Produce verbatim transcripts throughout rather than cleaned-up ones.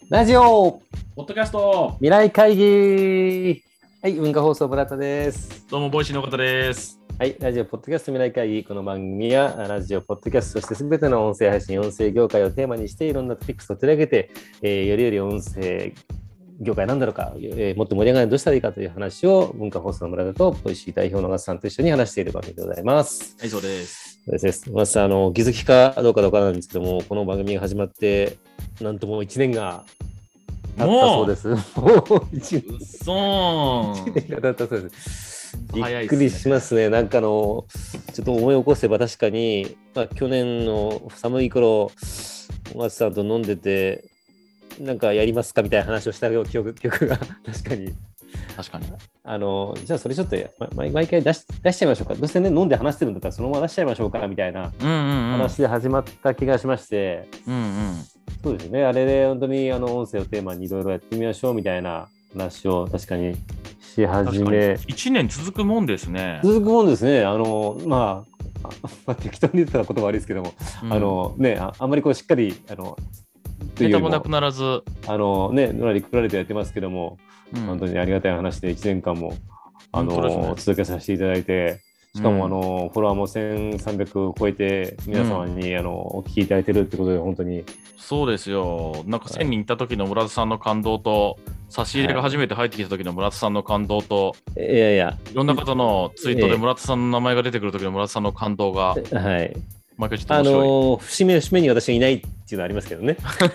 ラジオポッドキャスト未来会議。はい、文化放送村田です。 どうもボイシーの方です。 はい、ラジオポッドキャスト未来会議。この番組はラジオポッドキャスト、そしてすべての音声配信、音声業界をテーマにしていろんなトピックスを取り上げて、えー、よりより音声業界なんだろうか、えー、もっと盛り上がるどうしたらいいかという話を文化放送の村田とボイシー代表のガスさんと一緒に話しているわけでございます。 はい、そうです。 そうです。まずあの気づきかどうかどうかなんですけども、この番組が始まってなんともういちねんが経ったそうです。もういちねん。 そう。 いちねんが経ったそうです。び早いっくりしますね。なんかのちょっと思い起こせば確かに、まあ、去年の寒い頃、小松さんと飲んでて、なんかやりますかみたいな話をした記憶、記憶が確かに。 確かに。 あのじゃあそれちょっと、ま、毎回出し、出しちゃいましょうか。どうせね飲んで話してるんだったらそのまま出しちゃいましょうかみたいな話で始まった気がしまして。 うんうん。 そうですね。あれで本当にあの音声をテーマにいろいろやってみましょうみたいな話を確かにし始め。 いちねん続くもんですね。 続くもんですね。あの、まあ、あ適当に言ってたことは悪いですけども、うん、あのねあ、あんまりこうしっかり、あの、 ネタもなくならず、 あのね、のらりくらりとやってますけども、うん、本当にありがたい話でいちねんかんも、あの、ね、続けさせていただいて、しかも、あの、うん、フォロワーもせんさんびゃくを超えて、皆様に、うん、あのお聞きいただいてるってことで、本当に。 そうですよ。なんかせんにんいった時の村田さんの感動と、差し入れが初めて入ってきた時の村田さんの感動と、 はい、いやいや、 いろんな方のツイートで村田さんの名前が出てくる時の村田さんの感動が、 はい。 毎回ちょっと面白い。 あの節目節目に私がいないっていうのはありますけどね。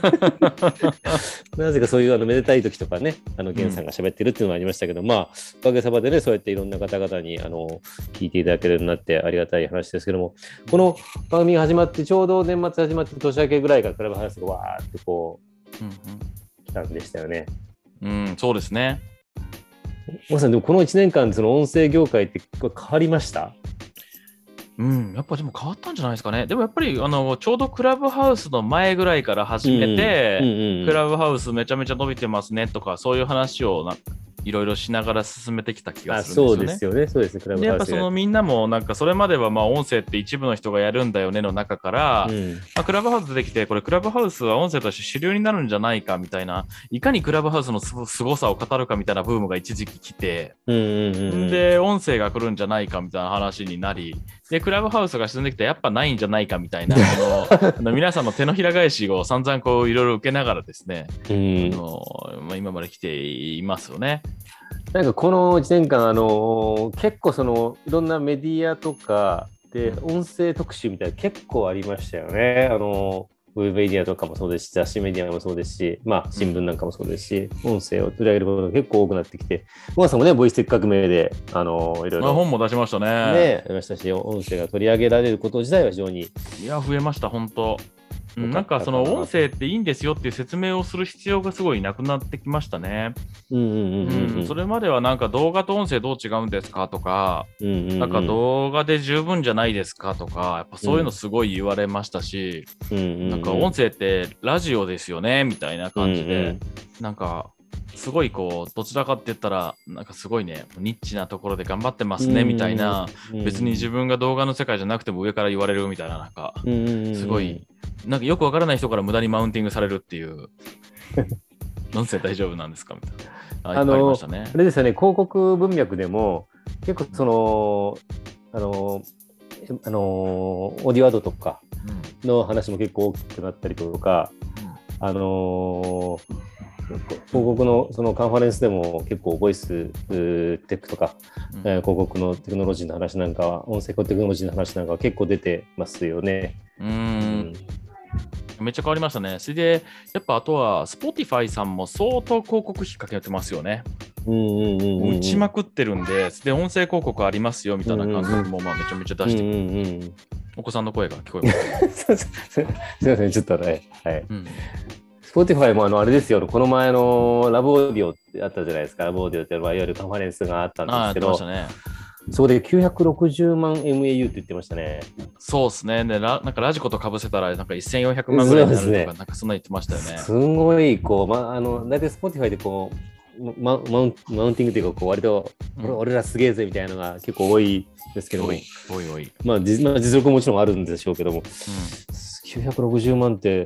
なぜかそういうあのめでたい時とかね、あの源さんが喋ってるっていうのもありましたけど、うん、まあおかげさまでね、そうやっていろんな方々にあの聞いていただけるようになってありがたい話ですけども、この番組が始まってちょうど年末始まって年明けぐらいからクラブハウスがわーってこう、うんうん、来たんでしたよね。 うん、そうですね。 まさにでもこのいちねんかんその音声業界って変わりました？ うん、やっぱでも変わったんじゃないですかね。でもやっぱりあのちょうどクラブハウスの前ぐらいから始めて、うんうんうん、クラブハウスめちゃめちゃ伸びてますねとかそういう話をないろいろしながら進めてきた気がするんですよね。 あ、そうですよね。そうですね。クラブハウスでやっぱそのみんなもなんかそれまではまあ音声って一部の人がやるんだよねの中から、うんまあ、クラブハウス出てきてこれクラブハウスは音声として主流になるんじゃないかみたいな、いかにクラブハウスのすごさを語るかみたいなブームが一時期来て、うんうんうん、で音声が来るんじゃないかみたいな話になり、でクラブハウスが沈んできてやっぱないんじゃないかみたいなあの皆さんの手のひら返しを散々こういろいろ受けながらですね、うんあのまあ、今まで来ていますよね。 なんかこのいちねんかん、あのー、結構そのいろんなメディアとかで音声特集みたいな結構ありましたよね。あのー、ウェブメディアとかもそうですし、雑誌メディアもそうですし、まあ新聞なんかもそうですし、音声を取り上げることが結構多くなってきて、小川さんもね、ボイステック革命で、あのー、いろいろ本も出しましたね。 ね、ありましたし、音声が取り上げられること自体は非常に。 いや、増えました、本当。なんかその音声っていいんですよっていう説明をする必要がすごいなくなってきましたね。それまではなんか動画と音声どう違うんですかとか、うんうんうん、なんか動画で十分じゃないですかとか、やっぱそういうのすごい言われましたし、うん、なんか音声ってラジオですよねみたいな感じで、うんうん、なんかすごいこうどちらかって言ったらなんかすごいねニッチなところで頑張ってますねみたいな、別に自分が動画の世界じゃなくても上から言われるみたいな、なんかすごいなんかよくわからない人から無駄にマウンティングされるっていう音声大丈夫なんですかみたいな、あ、あの、ね、 あれですよね、広告文脈でも結構そのあのあのオーディオアドとかの話も結構大きくなったりとか、うん、あの広告のそのカンファレンスでも結構ボイステックとか、うんえー、広告のテクノロジーの話なんかは、音声テクノロジーの話なんかは結構出てますよね。 うーん、うんめっちゃ変わりましたね。それでやっぱあとは Spotify さんも相当広告費かけてますよね。うんうんうんうん、打ちまくってるんで、で音声広告ありますよみたいな感覚もまあめちゃめちゃ出してくる、うんうんうん、お子さんの声が聞こえます。 すいませんちょっとね、はい。うんSpotify もあのあれですよ、この前のラブオーディオってあったじゃないですか。ラブオーディオっていわゆるカンファレンスがあったんですけど、あ、ね、そこできゅうひゃくろくじゅうまん エムエーユー って言ってましたね。 そうですね。でラなんかラジコと被せたらなんかせんよんひゃくまんぐらいになるとか、ね、なんかそんな言ってましたよね。 すごいこう、まあ、あの大体 Spotify でこうマ, マ, ウンマウンティングというかこう割と、うん、俺らすげえぜみたいなのが結構多いですけども、おいおいおい、まあ、実, まあ実力ももちろんあるんでしょうけども、うん、きゅうひゃくろくじゅうまんって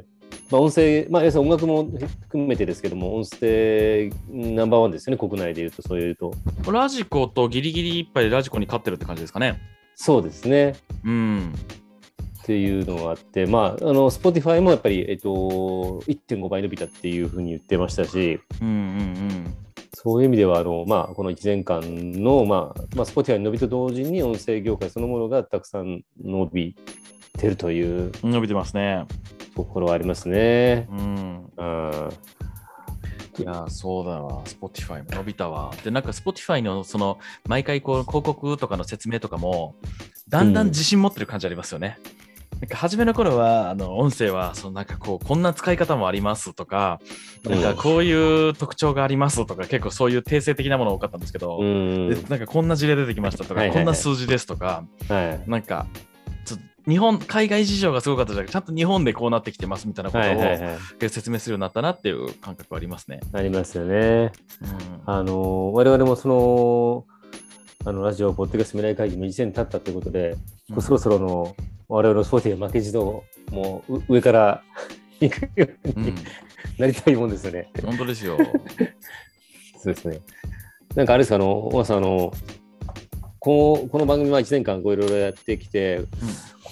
まあ、音声、まあ、要するに音楽も含めてですけども、音声ナンバーワンですよね、国内でいうと、そういうと。 ラジコとギリギリいっぱいでラジコに勝ってるって感じですかね。 そうですね。 うん。 っていうのがあって、まあ、あの、Spotify もやっぱり、えっと、いってんごばい伸びたっていうふうに言ってましたし、 うんうんうん。 そういう意味では、あの、まあ、このいちねんかんの、まあ、まあ、Spotify の伸びと同時に音声業界そのものがたくさん伸びてるという。 伸びてますね。 ところはありますね。 うん。あいや、そうだわ。Spotify も伸びたわ。で、なんか Spotify のその、毎回こう広告とかの説明とかも、だんだん自信持ってる感じありますよね。うん、なんか初めの頃は、あの、音声は、そのなんかこう、こんな使い方もありますとか、なんかこういう特徴がありますとか、結構そういう定性的なもの多かったんですけど、うん、でなんかこんな事例出てきましたとか、はいはいはい、こんな数字ですとか、はい、なんか、日本、海外事情がすごかったじゃなくて、ちゃんと日本でこうなってきてますみたいなことを、はいはいはい、説明するようになったなっていう感覚はありますね。 ありますよね。うん、あの我々もそのあのラジオ、ポッドキャスト未来会議もいちねん経ったということで、うん、そろそろの我々の想定負けじともう上から行くように、うん、なりたいもんですよね。 本当ですよ。 そうですね。なんかあれですか、あの小川さん、あのこのこの番組はいちねんかんこういろいろやってきて、うん、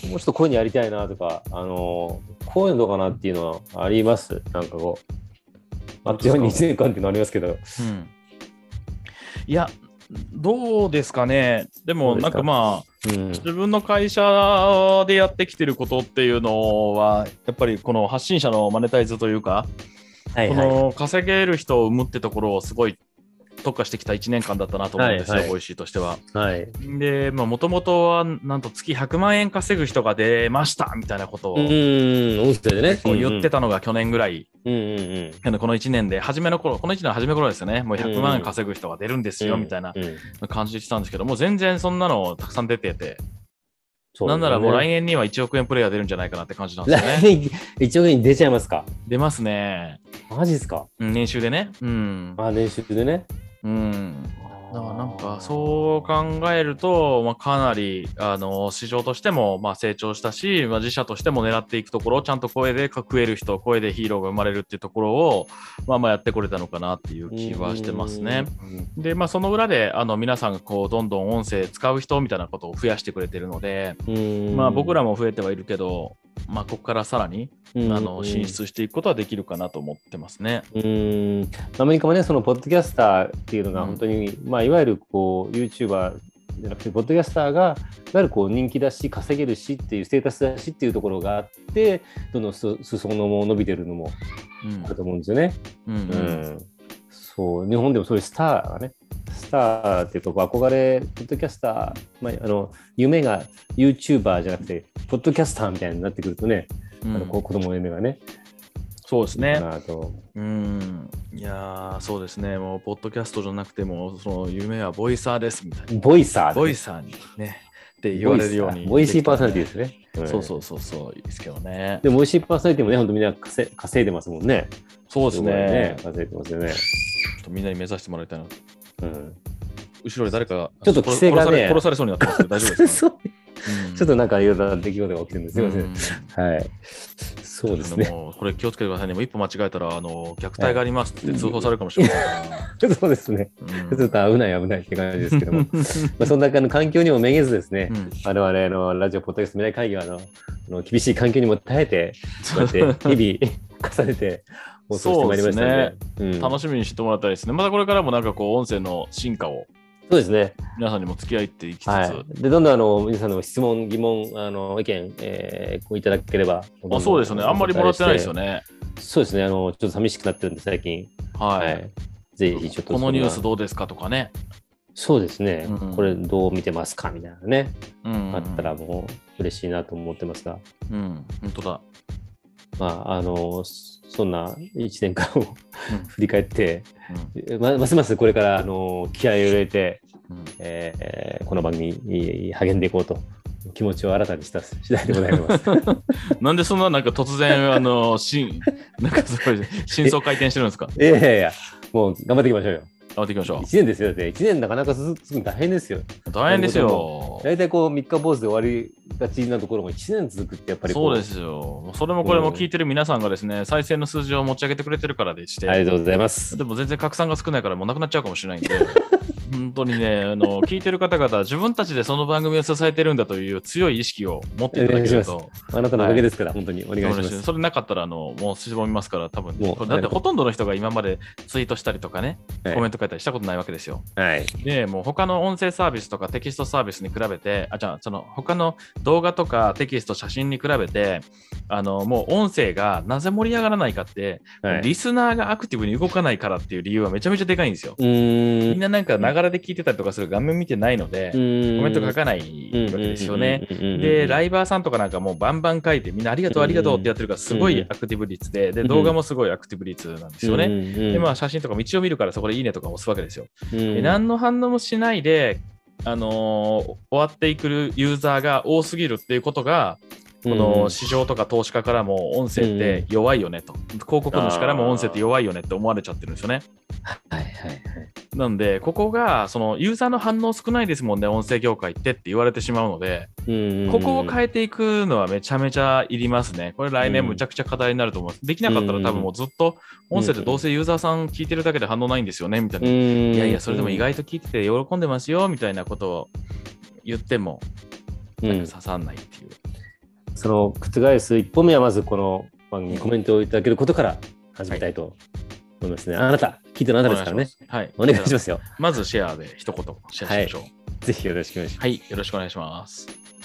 もうちょっとこういうのやりたいなとか、あのこういうのどうかなっていうのはあります？なんかこう、あっという間にいちねんかんっていうのありますけど。うん、 いや、どうですかね。でもなんかまあ、うん、自分の会社でやってきてることっていうのは、やっぱりこの発信者のマネタイズというか、はいはい、この稼げる人を生むってところをすごい特化してきたいちねんかんだったなと思うんですよ、ボイシーとしては。はい、で、まあ、もともとは、なんと月ひゃくまんえん稼ぐ人が出ましたみたいなことを、うん、音声でね、言ってたのが去年ぐらい、うんうんうん、このいちねんで、初めの頃、このいちねんの初め頃ですよね、もうひゃくまんえん稼ぐ人が出るんですよ、うん、みたいな感じでしたんですけど、もう全然そんなのたくさん出てて、ね、なんならもう来年にはいちおくえんプレイヤー出るんじゃないかなって感じなんですよね。来年いちおくえん出ちゃいますか？ 出ますね。 マジですか？ うん、年収でね。うん。 あ、年収でね。 うん。だからなんかそう考えると、まあ、かなりあの市場としてもまあ成長したし、まあ、自社としても狙っていくところをちゃんと声で食える人、声でヒーローが生まれるっていうところをまあまあやってこれたのかなっていう気はしてますね。で、まあその裏であの皆さんがこうどんどん音声使う人みたいなことを増やしてくれてるので、まあ僕らも増えてはいるけど、まあここからさらにあの進出していくことはできるかなと思ってますね。 うん、アメリカもね、そのポッドキャスターっていうのが本当に、うん、まあいわゆるこう YouTuber じゃなくてポッドキャスターがいわゆるこう人気だし稼げるしっていうステータスだしっていうところがあって、どんどん裾野も伸びてるのもあると思うんですよね。うんうんうん、そう、日本でもそういうスターがね、スターっていうと憧れポッドキャスター、まあ、あの夢が YouTuber じゃなくてポッドキャスターみたいになってくるとね、うん、あの子供の夢がね。 そうですね。うん、いやそうですね。もうポッドキャストじゃなくてもその夢はボイサーですみたいな。 ボイサー、ね、 ボイサーにねって言われるように、ね、 ボイシーパーソナリティですね。 うん、そうそうそうそういいですけどね。 でもボイシーパーソナリティもね本当みんな稼いでますもんね。 そうですね。 ね稼いでますよね。ちょっとみんなに目指してもらいたいな。うん。後ろで誰かちょっと規制がね殺されそうになってますけど大丈夫ですか？ うん、ちょっとなんかいろいろな出来事が起きてるんですよね。はい。そうですね。 もうこれ気をつけてくださいね。もう一歩間違えたらあの虐待がありますって通報されるかもしれない。 そうですね。うん、ちょっと危ない危ないって感じですけども、まあそんな環境にもめげずですね、うん、我々のラジオポッドキャスト未来会議はあのあの厳しい環境にも耐えて、こうやって日々重ねて放送してまいりましたので、 ねうん、楽しみにしてもらったりですね。またこれからもなんかこう音声の進化を。 そうですね。 皆さんにも付き合っていきつつ、 はい、でどんどんあの皆さんの質問、疑問、あの意見、えー、いただければ。 あ、そうですね。あんまりもらってないですよね。 そうですね。あのちょっと寂しくなってるんで最近。はい。はい、ぜひちょっとこのニュースどうですかとかね。 そうですね。うん、これどう見てますかみたいなね。うんうん、あったらもう嬉しいなと思ってますが。 うん、本当だ。 まああのそんないちねんかんを振り返って、うんま、ますますこれからあの気合を入れて、うんえー、この番組に励んでいこうと気持ちを新たにした次第でございます。 なんでそんななんか突然あのしなんかすごい真相回転してるんですか？ いやいやいやもう頑張っていきましょうよ。 頑張っていきましょう。 いちねんですよ。だっていちねんなかなか続くの大変ですよ。 大変ですよ。 大体こうみっか坊主で終わりがちなところもいちねん続くってやっぱりそうですよ。それもこれも聞いてる皆さんがですね、再生の数字を持ち上げてくれてるからでして。 ありがとうございます。 でも全然拡散が少ないからもうなくなっちゃうかもしれないんで。本当にね、あの聞いてる方々、自分たちでその番組を支えてるんだという強い意識を持っていただけると。 あなたのおかげですから、はい、本当にお願いします。 それなかったら、あのもうしぼみますから、多分もうだってほとんどの人が今までツイートしたりとかね、はい、コメント書いたりしたことないわけですよ。はい、で、もう他の音声サービスとかテキストサービスに比べて、あ、じゃあ、その他の動画とかテキスト、写真に比べて、あのもう音声がなぜ盛り上がらないかって、はい、リスナーがアクティブに動かないからっていう理由はめちゃめちゃでかいんですよ。みんななんかながらで聞いてたりとかする画面見てないので、コメント書かないわけですよね。で、ライバーさんとかなんかもうバンバン書いて、みんなありがとうありがとうってやってるからすごいアクティブ率で、で、動画もすごいアクティブ率なんですよね。で、まあ写真とかも一応見るからそこでいいねとか押すわけですよ。で、何の反応もしないで、あのー、終わっていくユーザーが多すぎるっていうことが、この市場とか投資家からも音声って弱いよねと、うん、広告主からも音声って弱いよねって思われちゃってるんですよね。はいはいはい。なんでここがそのユーザーの反応少ないですもんね、音声業界ってって言われてしまうので、うん、ここを変えていくのはめちゃめちゃいりますね。これ来年むちゃくちゃ課題になると思います。できなかったら多分もうずっと音声ってどうせユーザーさん聞いてるだけで反応ないんですよねみたいな、うん、いやいやそれでも意外と聞いてて喜んでますよみたいなことを言ってもなんか刺さんないっていう。 その覆す一歩目はまずこの番組にコメントをいただけることから始めたいと思いますね。はい、あなた、聞いてるあなたですからね。はい。お願いしますよ。 まずシェアで一言シェアしましょう。 はい、ぜひよろしくお願いします。 はい、よろしくお願いします。